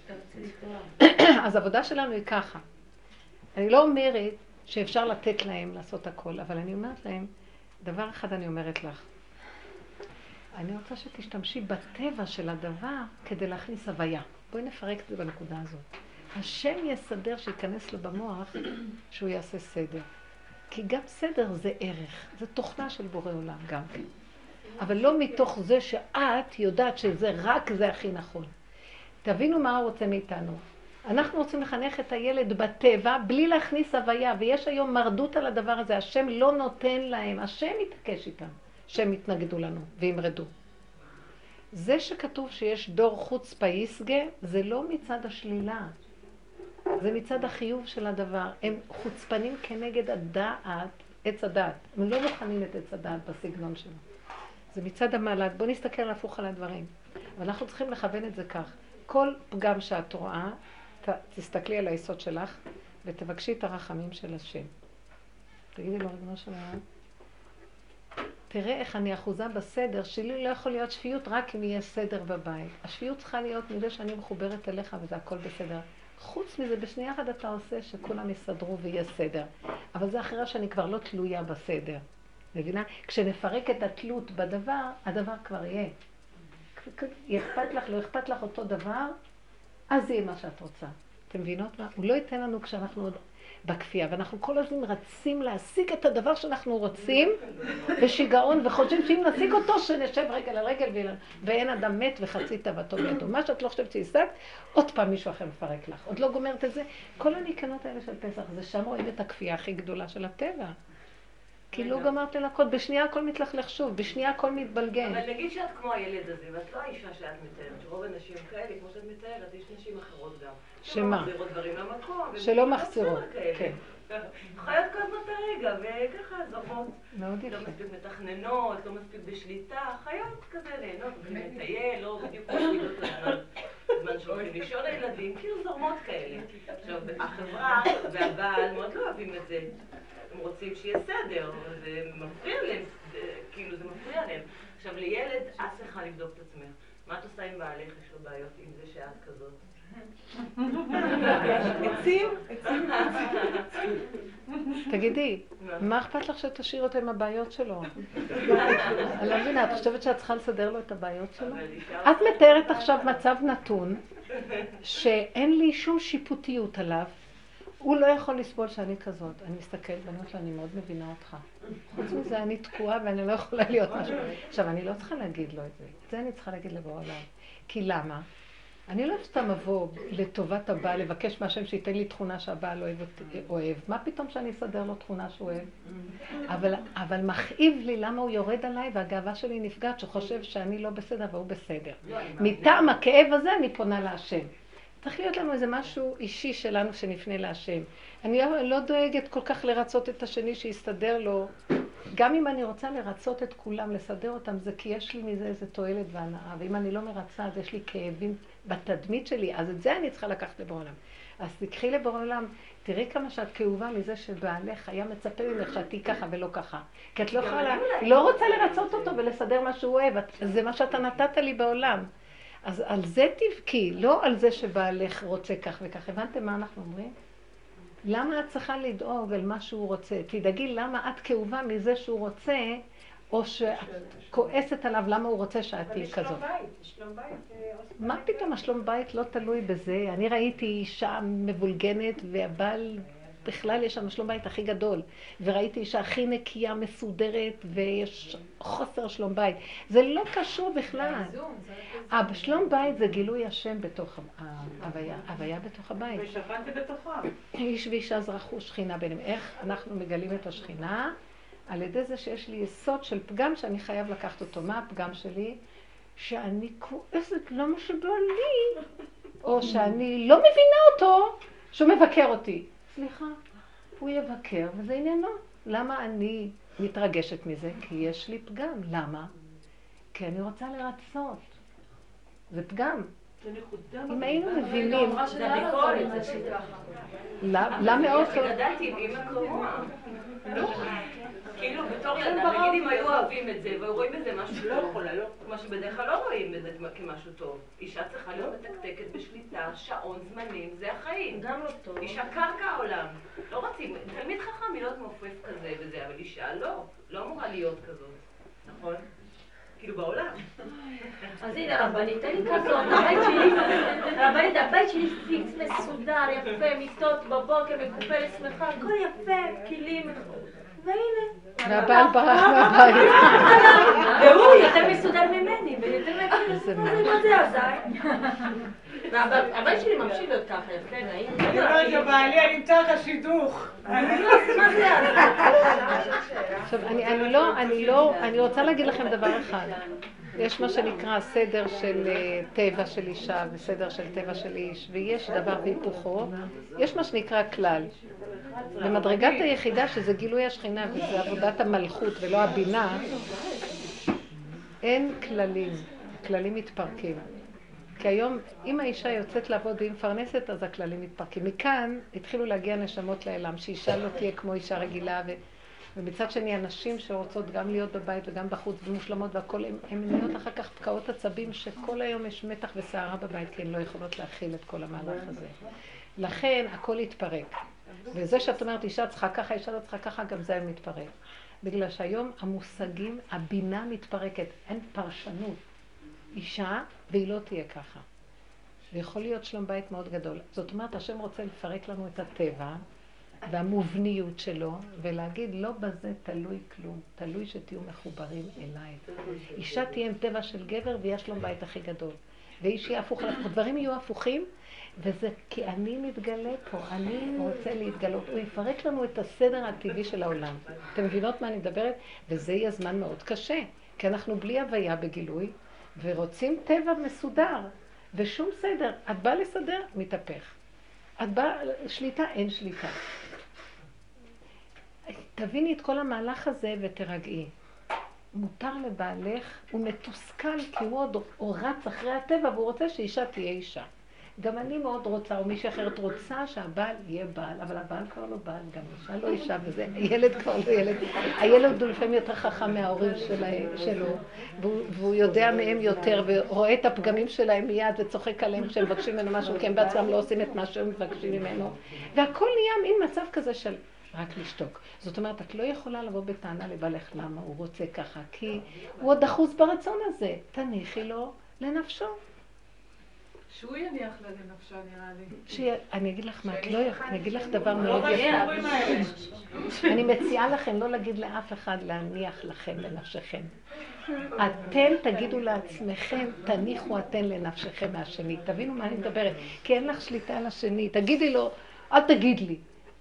אז העבודה שלנו היא ככה. אני לא אומרת שאפשר לתת להם לעשות הכל, אבל אני אומרת להם, דבר אחד אני אומרת לך, אני רוצה שתשתמשי בטבע של הדבר כדי להכניס הוויה. בואי נפרק את זה בנקודה הזאת. השם יסדר שיכנס לו במוח שהוא יעשה סדר. כי גם סדר זה ערך, זה תוכנה של בורא עולם גם כן. אבל לא מתוך זה שאת יודעת שזה רק זה הכי נכון. תבינו מה הוא רוצה מאיתנו. אנחנו רוצים לחנך את הילד בטבע בלי להכניס הוויה, ויש היום מרדות על הדבר הזה. השם לא נותן להם, השם יתעקש איתם, שהם יתנגדו לנו וימרדו. זה שכתוב שיש דור חוץ פייסגה, זה לא מצד השלילה. זה מצד החיוב של הדבר. הם חוצפנים כנגד הדעת, עץ הדעת. הם לא מוכנים את עץ הדעת בסגנון שלו. זה מצד המעלת. בואו נסתכל הפוך על הדברים. ואנחנו צריכים לכוון את זה כך. כל פגם שאת רואה, תסתכלי על היסוד שלך, ותבקשי את הרחמים של השם. תגידי לו, רגנו של העם. תראה איך אני אחוזה בסדר, שלי לא יכול להיות שפיות רק אם יהיה סדר בבית. השפיות צריכה להיות מזה שאני מחוברת אליך וזה הכל בסדר. חוץ מזה, בשנייה אחת אתה עושה שכולם יסדרו ויהיה סדר. אבל זה אחרי שאני כבר לא תלויה בסדר. מבינה? כשנפרק את התלות בדבר, הדבר כבר יהיה. אכפת לך, לא אכפת לך אותו דבר, אז יהיה מה שאת רוצה. אתם מבינות מה? הוא לא ייתן לנו כשאנחנו עוד בכפייה, ואנחנו כל הזמן רצים להשיג את הדבר שאנחנו רוצים בשיגעון, וחושבים שאם נשיג אותו שנשב רגל על רגל ואין אדם מת וחצי תאוותו בידו. מה שאת לא חושבת שהשגת, עוד פעם מישהו אחר מפרק לך. עוד לא גומרת את זה. כל הניקיונות האלה של פסח, זה שם רואים את הכפייה הכי גדולה של הטבע. כי לא גמרת לנקות, בשנייה הכל מתלכלך שוב, בשנייה הכל מתבלגן. אבל נגיד שאת כמו הילד הזה, ואת לא האישה שאת מתארת, שרוב הנשים כאלה, כמו שאת מתארת, יש נשים אחרות גם. שמה? שלא מחזירות דברים למקום. שלא מחזירות, כן. חיות כל הזמן את הרגע, וככה זרמות. מאוד יפה. לא מספיק מתכננות, לא מספיק בשליטה, חיות כזה ליהנות, מטייל, לא בדיוק משמידות הזמן שהולכים לישון הילדים, כאילו זרמות כאלה. עכשיו, החברה והבעל מאוד לא אוהבים את זה. הם רוצים שיהיה סדר, זה מפריע להם, כאילו זה מפריע להם. עכשיו, לילד, את צריכה לבדוק את עצמך. מה את עושה עם בעלך? יש לו בעיות עם זה שאת כזאת? עצים? תגידי, מה אכפת לך שתשאיר אותו עם הבעיות שלו? אני לא מבינה, את חושבת שאת צריכה לסדר לו את הבעיות שלו? את מתארת עכשיו מצב נתון שאין לי שום שיפוטיות עליו. הוא לא יכול לסבול שאני כזאת. אני מסתכלת ואני אומרת לו, אני מאוד מבינה אותך. חוץ מזה, אני תקועה ואני לא יכולה להיות משהו. עכשיו, אני לא צריכה להגיד לו את זה. את זה אני צריכה להגיד לבוא עליו. כי למה? אני לא סתם אבוא לטובת הבעל, לבקש מהשם שייתן לי תכונה שהבעל אוהב. מה פתאום שאני אסדר לו תכונה שהוא אוהב? אבל מכאיב לי למה הוא יורד עליי והגאווה שלי נפגעת שחושב שאני לא בסדר והוא בסדר. מטעם הכאב הזה אני פונה להשם. צריך להיות לנו איזה משהו אישי שלנו שנפנה להשם. אני לא דואגת כל כך לרצות את השני שיסתדר לו. גם אם אני רוצה לרצות את כולם, לסדר אותם, זה כי יש לי מזה איזה תועלת והנאה. ואם אני לא מרצה, אז יש לי כאבים בתדמית שלי. אז את זה אני צריכה לקחת לבורא עולם. אז תקחי לבורא עולם, תראי כמה שאת כאובה מזה שבעלך היה מצפה ממך שאת תהי ככה ולא ככה. כי את לא רוצה לרצות אותו ולסדר מה שהוא אוהב. זה מה שאתה נתת לי בעולם. אז על זה תבכי, לא על זה שבעלך רוצה כך וכך. הבנתם מה אנחנו אומרים? למה את צריכה לדאוג על מה שהוא רוצה? תדאגי למה את כאובה מזה שהוא רוצה, או שאת כועסת עליו למה הוא רוצה שאת תהיי כזאת. שלום בית. מה פתאום השלום בית לא תלוי בזה? אני ראיתי אישה מבולגנת והבעל בכלל יש שם שלום בית הכי גדול. וראיתי אישה הכי נקייה, מסודרת ויש חוסר שלום בית. זה לא קשור בכלל. השלום בית זה גילוי השם בתוך ההוויה בתוך הבית. ושכנתי בתוכה. איש ואישה זרחו שכינה ביניהם. איך אנחנו מגלים את השכינה? על ידי זה שיש לי יסוד של פגם שאני חייב לקחת אותו. מה הפגם שלי? שאני כועסת למה שבא לי, או שאני לא מבינה אותו, שהוא מבקר אותי. סליחה, הוא יבקר וזה עניינו. למה אני מתרגשת מזה? כי יש לי פגם. למה? כי אני רוצה לרצות. זה פגם. אם היינו מבינים... זה ביקורת. למה עוד? גדלתי עם אמא כמוה. כאילו בתור ילדה, נגיד אם היו אוהבים את זה ורואים את זה משהו טוב, מה שבדרך כלל לא רואים את זה כמשהו טוב. אישה צריכה להיות מתקתקת בשליטה, שעון, זמנים, זה החיים. גם לא טוב. אישה קרקע העולם. לא רוצים, תלמיד חכם להיות מעופף כזה וזה, אבל אישה לא אמורה להיות כזאת. נכון? כאילו בעולם. אז הנה רבנית, תן לי כזאת, הבית שלי פיקס, מסודר, יפה, מיטות בבוקר, מקופל, שמחה, הכל יפה, כלים, והנה. והבעל ברח מהבית. והוא יותר מסודר ממני, ויותר מכיר, מה זה עזי? והבית שלי ממשיך להיות ככה, יפה, נעים. אני אומרת לבעלי, אני אמצא לך שידוך. מה זה עזי? עכשיו, אני רוצה להגיד לכם דבר אחד. יש מה שנקרא סדר של טבע של אישה וסדר של טבע של איש, ויש דבר והיפוכו. יש מה שנקרא כלל. במדרגת היחידה, שזה גילוי השכינה וזה עבודת המלכות ולא הבינה, אין כללים. כללים מתפרקים. כי היום, אם האישה יוצאת לעבוד והיא מפרנסת, אז הכללים מתפרקים. מכאן התחילו להגיע נשמות לעולם, שאישה לא תהיה כמו אישה רגילה, ומצד שני, אנשים שרוצות גם להיות בבית וגם בחוץ ומושלמות והכל, הן נהיות אחר כך פקעות עצבים שכל היום יש מתח וסערה בבית, כי הן לא יכולות להכיל את כל המהלך הזה. לכן, הכל יתפרק. וזה שאת אומרת, אישה צריכה ככה, אישה לא צריכה ככה, גם זה מתפרק. בגלל שהיום המושגים, הבינה מתפרקת, אין פרשנות. אישה, והיא לא תהיה ככה. ויכול להיות שלום בית מאוד גדול. זאת אומרת, השם רוצה לפרק לנו את הטבע והמובניות שלו, ולהגיד, לא בזה תלוי כלום, תלוי שתהיו מחוברים אליי. אישה תהיה עם טבע של גבר, ויש שלום בית הכי גדול. ואיש יהיה הפוך על הפוך, דברים יהיו הפוכים, וזה כי אני מתגלה פה, אני רוצה להתגלות. הוא יפרק לנו את הסדר הטבעי של העולם. אתם מבינות מה אני מדברת? וזה יהיה זמן מאוד קשה, כי אנחנו בלי הוויה בגילוי, ורוצים טבע מסודר, ושום סדר. את באה לסדר, מתהפך. את באה שליטה, אין שליטה. תביני את כל המהלך הזה ותרגעי. מותר לבעלך, הוא מתוסכל כי הוא רץ אחרי הטבע והוא רוצה שאישה תהיה אישה. גם אני מאוד רוצה, או מישהי אחרת רוצה שהבעל יהיה בעל, אבל הבעל כבר לא בעל, גם אישה לא אישה וזה, הילד כבר לא ילד. הילד הוא לפעמים יותר חכם מההורים שלו, והוא יודע מהם יותר ורואה את הפגמים שלהם מיד וצוחק עליהם כשהם מבקשים ממנו משהו, כי הם בעצמם לא עושים את מה שהם מבקשים ממנו. והכל נהיה מין מצב כזה של רק לשתוק. זאת אומרת, את לא יכולה לבוא בטענה לבעלך למה הוא רוצה ככה, כי הוא עוד אחוז ברצון הזה. תניחי לו לנפשו. שהוא יניח לה לנפשו, נראה לי. אני אגיד לך מה, אני אגיד לך דבר מאוד יפה. אני מציעה לכם לא להגיד לאף אחד להניח לכם לנפשכם. אתם תגידו לעצמכם, תניחו אתן לנפשכם מהשני. תבינו מה אני מדברת, כי אין לך שליטה על השני. תגידי לו, אל תגיד לי.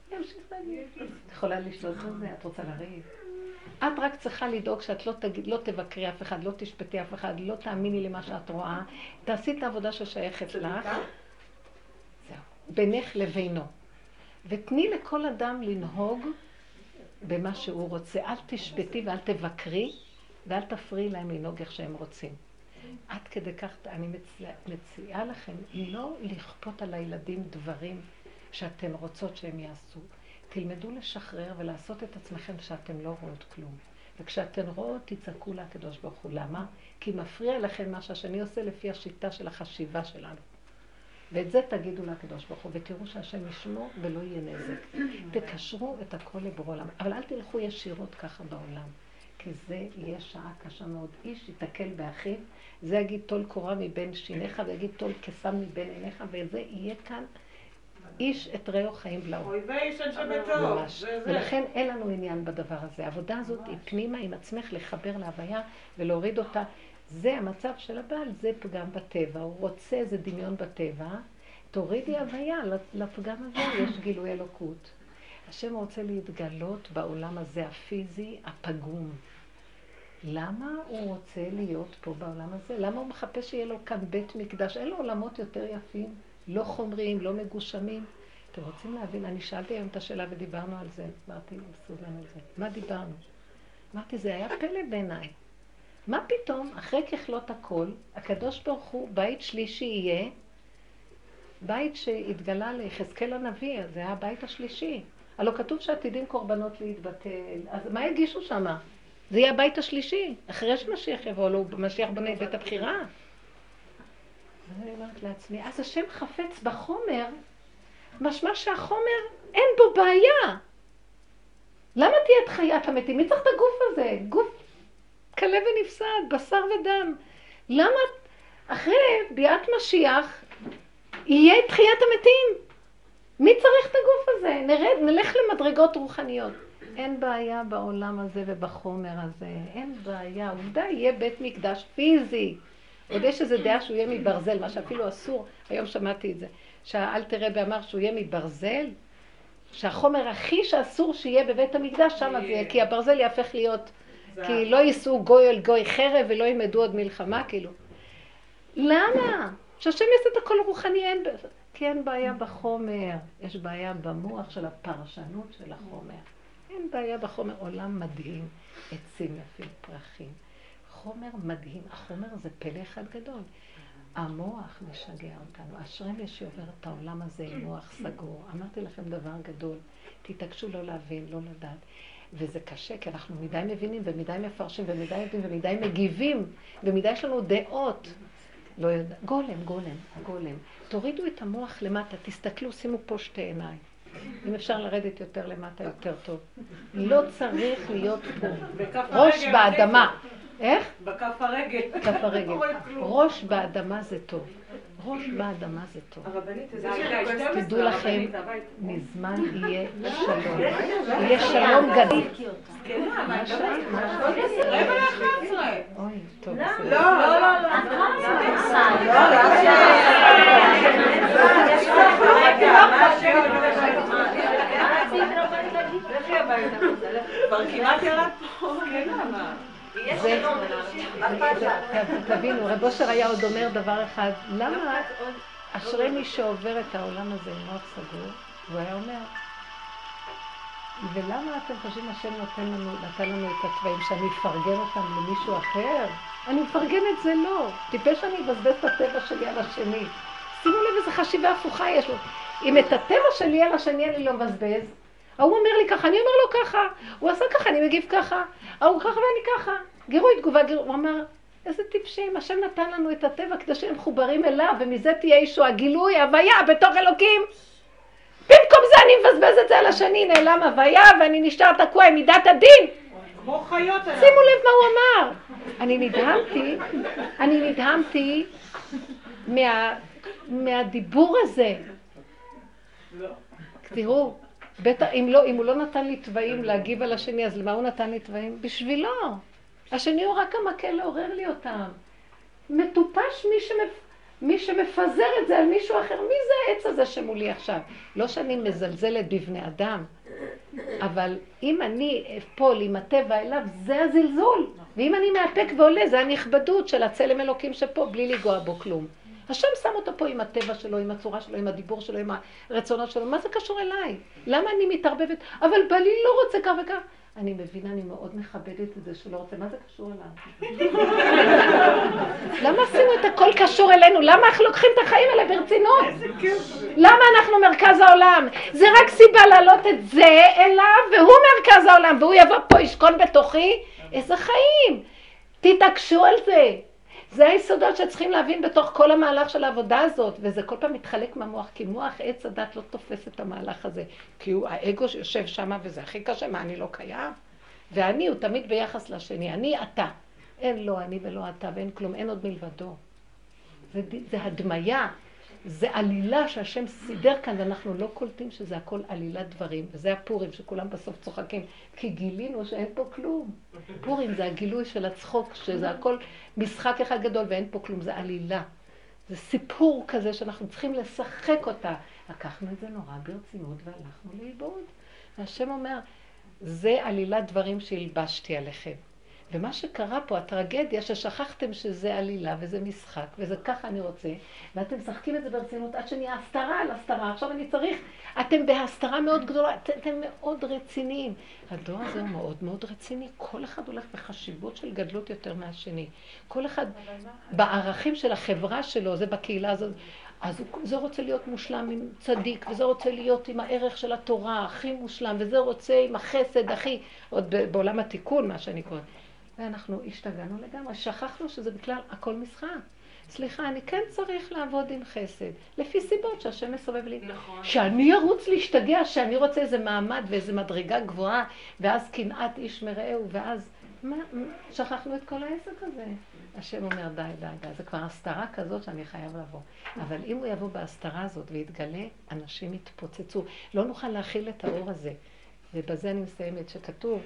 את יכולה לשלוט בזה, את רוצה לריב. את רק צריכה לדאוג שאת לא תבקרי אף אחד, לא תשפטי אף אחד, לא תאמיני למה שאת רואה. תעשי את העבודה ששייכת לך. זהו. בינך לבינו. ותני לכל אדם לנהוג במה שהוא רוצה. אל תשפטי ואל תבקרי, ואל תפריעי להם לנהוג איך שהם רוצים. עד כדי כך אני מציעה לכם לא לכפות על הילדים דברים שאתן רוצות שהם יעשו. תלמדו לשחרר ולעשות את עצמכם שאתם לא רואות כלום. וכשאתן רואות, תצעקו לה הקדוש ברוך הוא. למה? כי מפריע לכם מה שהשני עושה לפי השיטה של החשיבה שלנו. ואת זה תגידו לה הקדוש ברוך הוא, ותראו שהשם ישמור ולא יהיה נזק. תקשרו את הכל לבור עולם. אבל אל תלכו ישירות ככה בעולם. כי זה יהיה שעה קשה מאוד. איש יתקל באחיו, זה יגיד טול קורה מבין שיניך, ויגיד טול קסם מבין עיניך, וזה יהיה כאן איש את רעהו חיים בלעו. אוי ואיש אנשי ביתו. ולכן אין לנו עניין בדבר הזה. העבודה הזאת היא פנימה עם עצמך לחבר להוויה ולהוריד אותה. זה המצב של הבעל, זה פגם בטבע. הוא רוצה איזה דמיון בטבע. תורידי הוויה, לפגם הזה יש גילוי אלוקות. השם רוצה להתגלות בעולם הזה הפיזי, הפגום. למה הוא רוצה להיות פה בעולם הזה? למה הוא מחפש שיהיה לו כאן בית מקדש? אין לו עולמות יותר יפים. לא חומריים, לא מגושמים. אתם רוצים להבין? אני שאלתי היום את השאלה ודיברנו על זה. אמרתי, סוזן על זה. מה דיברנו? אמרתי, זה היה פלא בעיניי. מה פתאום, אחרי ככלות הכל, הקדוש ברוך הוא, בית שלישי יהיה, בית שהתגלה ליחזקאל הנביא, זה היה הבית השלישי. הלא כתוב שעתידים קורבנות להתבטל. אז מה הגישו שם? זה יהיה הבית השלישי. אחרי שמשיח יבוא לו, משיח בונה בית הבחירה. אני אומרת לעצמי, אז השם חפץ בחומר, משמע שהחומר אין בו בעיה. למה תהיה את חיית המתים? מי צריך את הגוף הזה? גוף קלה ונפסד, בשר ודם. למה אחרי ביאת משיח יהיה את חיית המתים? מי צריך את הגוף הזה? נלך למדרגות רוחניות. אין בעיה בעולם הזה ובחומר הזה, אין בעיה. עובדה, יהיה בית מקדש פיזי. עוד יש איזו דעה שהוא יהיה מברזל, מה שאפילו אסור, היום שמעתי את זה, שהאלתר רבי אמר שהוא יהיה מברזל, שהחומר הכי שאסור שיהיה בבית המקדש שם זה יהיה, כי הברזל יהפך להיות, כי לא ייסעו גוי אל גוי חרב ולא ילמדו עוד מלחמה, כאילו. למה? שהשם יעשה את הכל רוחני, כי אין בעיה בחומר, יש בעיה במוח של הפרשנות של החומר. אין בעיה בחומר, עולם מדהים, עצים יפים, פרחים. חומר מדהים, החומר זה פלא אחד גדול. המוח משגע אותנו, אשרי מי שעובר את העולם הזה עם מוח סגור. אמרתי לכם דבר גדול, תתעקשו לא להבין, לא לדעת. וזה קשה, כי אנחנו מדי מבינים ומדי מפרשים ומדי יודעים ומדי מגיבים, ומדי יש לנו דעות. לא יודע, גולם. תורידו את המוח למטה, תסתכלו, שימו פה שתי עיניים. אם אפשר לרדת יותר למטה, יותר טוב. לא צריך להיות פה. ראש באדמה. איך? בכף הרגל. כף הרגל. ראש באדמה זה טוב. ראש באדמה זה טוב. הרבנית, תדעו לכם, מזמן יהיה שלום. יהיה שלום גדול. אוי, טוב. כבר כמעט ירד פה. תבינו, רב אושר היה עוד אומר דבר אחד, למה אשרי מי שעובר את העולם הזה עם מוח סגור? הוא היה אומר, ולמה אתם חושבים השם נתן לנו את הצבעים שאני אפרגן אותם למישהו אחר? אני מפרגן את זה לא. טיפש שאני אבזבז את הטבע שלי על השני. שימו לב איזה חשיבה הפוכה יש לו. אם את הטבע שלי על השני אני לא מבזבז, הוא אומר לי ככה, אני אומר לו ככה, הוא עשה ככה, אני מגיב ככה, הוא ככה ואני ככה. גירוי תגובה, הוא אמר, איזה טיפשים, השם נתן לנו את הטבע כדי שהם מחוברים אליו, ומזה תהיה ישוע, הגילוי, הוויה, בתוך אלוקים. במקום זה אני מבזבז את זה על השני, נעלם הוויה, ואני נשאר תקוע עם מידת הדין. כמו חיות. שימו לב מה הוא אמר. אני נדהמתי מהדיבור הזה. תראו, אם הוא לא נתן לי טבעים להגיב על השני, אז למה הוא נתן לי טבעים? בשבילו. השני הוא רק המקל לעורר לי אותם. מטופש מי שמפזר את זה על מישהו אחר. מי זה העץ הזה שמולי עכשיו? לא שאני מזלזלת בבני אדם, אבל אם אני אפול עם הטבע אליו, זה הזלזול. ואם אני מאפק ועולה, זה הנכבדות של הצלם אלוקים שפה, בלי לגוע בו כלום. השם שם אותו פה עם הטבע שלו, עם הצורה שלו, עם הדיבור שלו, עם הרצונות שלו. מה זה קשור אליי? למה אני מתערבבת? אבל בלי לא רוצה כך וכך. אני מבינה, אני מאוד מכבדת את זה שלא רוצה. מה זה קשור אליי? למה עשינו את הכל קשור אלינו? למה אנחנו לוקחים את החיים האלה ברצינות? למה אנחנו מרכז העולם? זה רק סיבה להעלות את זה אליו, והוא מרכז העולם, והוא יבוא פה, ישכון בתוכי. איזה חיים? תתעקשו על זה. זה היסודות שצריכים להבין בתוך כל המהלך של העבודה הזאת, וזה כל פעם מתחלק מהמוח, כי מוח עץ הדת לא תופס את המהלך הזה, כי האגו יושב שם וזה הכי קשה, מה אני לא קיים? ואני הוא תמיד ביחס לשני, אני אתה, אין לא אני ולא אתה ואין כלום, אין עוד מלבדו. זה הדמיה, זה עלילה שהשם סידר כאן, ואנחנו לא קולטים שזה הכל עלילת דברים, וזה הפורים שכולם בסוף צוחקים, כי גילינו שאין פה כלום. פורים זה הגילוי של הצחוק, שזה הכל משחק אחד גדול ואין פה כלום, זה עלילה. זה סיפור כזה שאנחנו צריכים לשחק אותה. לקחנו את זה נורא ברצינות והלכנו לאיבוד. והשם אומר, זה עלילת דברים שהלבשתי עליכם. ומה שקרה פה, הטרגדיה ששכחתם שזה עלילה וזה משחק וזה ככה אני רוצה, ואתם משחקים את זה ברצינות עד שנהיה הסתרה על הסתרה. עכשיו אני צריך, אתם בהסתרה מאוד גדולה, אתם מאוד רציניים. הדור הזה הוא מאוד מאוד רציני, כל אחד הולך בחשיבות של גדלות יותר מהשני. כל אחד בערכים של החברה שלו, זה בקהילה הזאת, אז זה רוצה להיות מושלם עם צדיק, וזה רוצה להיות עם הערך של התורה הכי מושלם, וזה רוצה עם החסד הכי, עוד בעולם התיקון מה שאני קוראת. ואנחנו השתגענו לגמרי, שכחנו שזה בכלל הכל משחק. סליחה, אני כן צריך לעבוד עם חסד, לפי סיבות שהשם מסובב לי. נכון. שאני ארוץ להשתגע, שאני רוצה איזה מעמד ואיזה מדרגה גבוהה, ואז קנאת איש מרעהו, ואז שכחנו את כל העסק הזה. השם אומר די, זה כבר הסתרה כזאת שאני חייב לבוא. אבל אם הוא יבוא בהסתרה הזאת ויתגלה, אנשים יתפוצצו. לא נוכל להכיל את האור הזה. ובזה אני מסיימת שכתוב,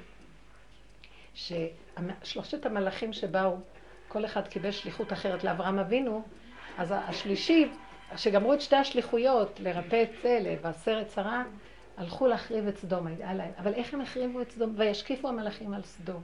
ששלושת המלאכים שבאו, כל אחד קיבל שליחות אחרת לאברהם אבינו, אז השלישי, שגמרו את שתי השליחויות, לרפא את צלב ועשר את שרה, הלכו להחריב את סדום. אבל איך הם החריבו את סדום? וישקיפו המלאכים על סדום.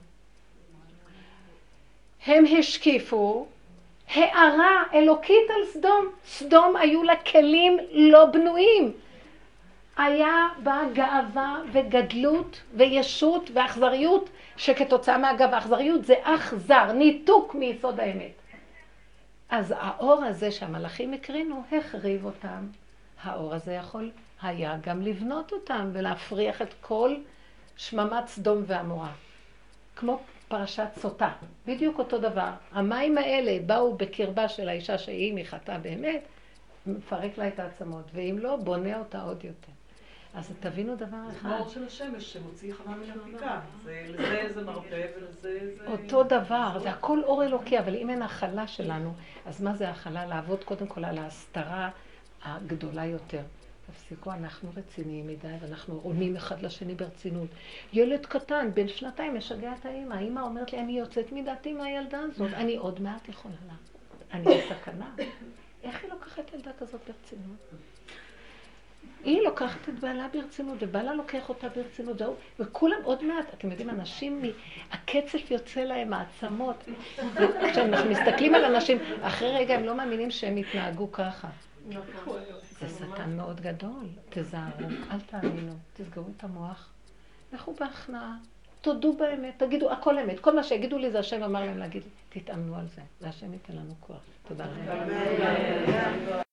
הם השקיפו הערה אלוקית על סדום. סדום היו לה כלים לא בנויים. היה בה גאווה וגדלות וישות ואכזריות, שכתוצאה מהגאווה, אכזריות זה אכזר, ניתוק מיסוד האמת. אז האור הזה שהמלאכים הקרינו, החריב אותם. האור הזה יכול היה גם לבנות אותם ולהפריח את כל שממת סדום ועמורה. כמו פרשת סוטה, בדיוק אותו דבר. המים האלה באו בקרבה של האישה שהיא מחטאה באמת, מפרק לה את העצמות, ואם לא, בונה אותה עוד יותר. אז תבינו דבר אחד. זה מאור של השמש שמוציא חמה מן הפיקה. לזה זה מרפא ולזה זה... אותו דבר, זה הכל אור אלוקי, אבל אם אין הכלה שלנו, אז מה זה הכלה? לעבוד קודם כל על ההסתרה הגדולה יותר. תפסיקו, אנחנו רציניים מדי, ואנחנו עונים אחד לשני ברצינות. ילד קטן, בן 2 משגע את האמא. האמא אומרת לי, אני יוצאת מדעתי מהילדה הזאת, אני עוד מעט יכולה לה. אני בסכנה. איך היא לוקחת ילדה כזאת ברצינות? היא לוקחת את בעלה ברצינות, ובעלה לוקח אותה ברצינות, וכולם עוד מעט, אתם יודעים, אנשים, הקצף יוצא להם, העצמות. וכשאנחנו מסתכלים על אנשים, אחרי רגע הם לא מאמינים שהם יתנהגו ככה. זה שטן מאוד גדול, תזהרו, אל תאמינו, תסגרו את המוח, לכו בהכנעה, תודו באמת, תגידו, הכל אמת, כל מה שיגידו לי זה השם אמר להם להגיד לי, תתאמנו על זה, והשם ייתן לנו כוח. תודה רבה.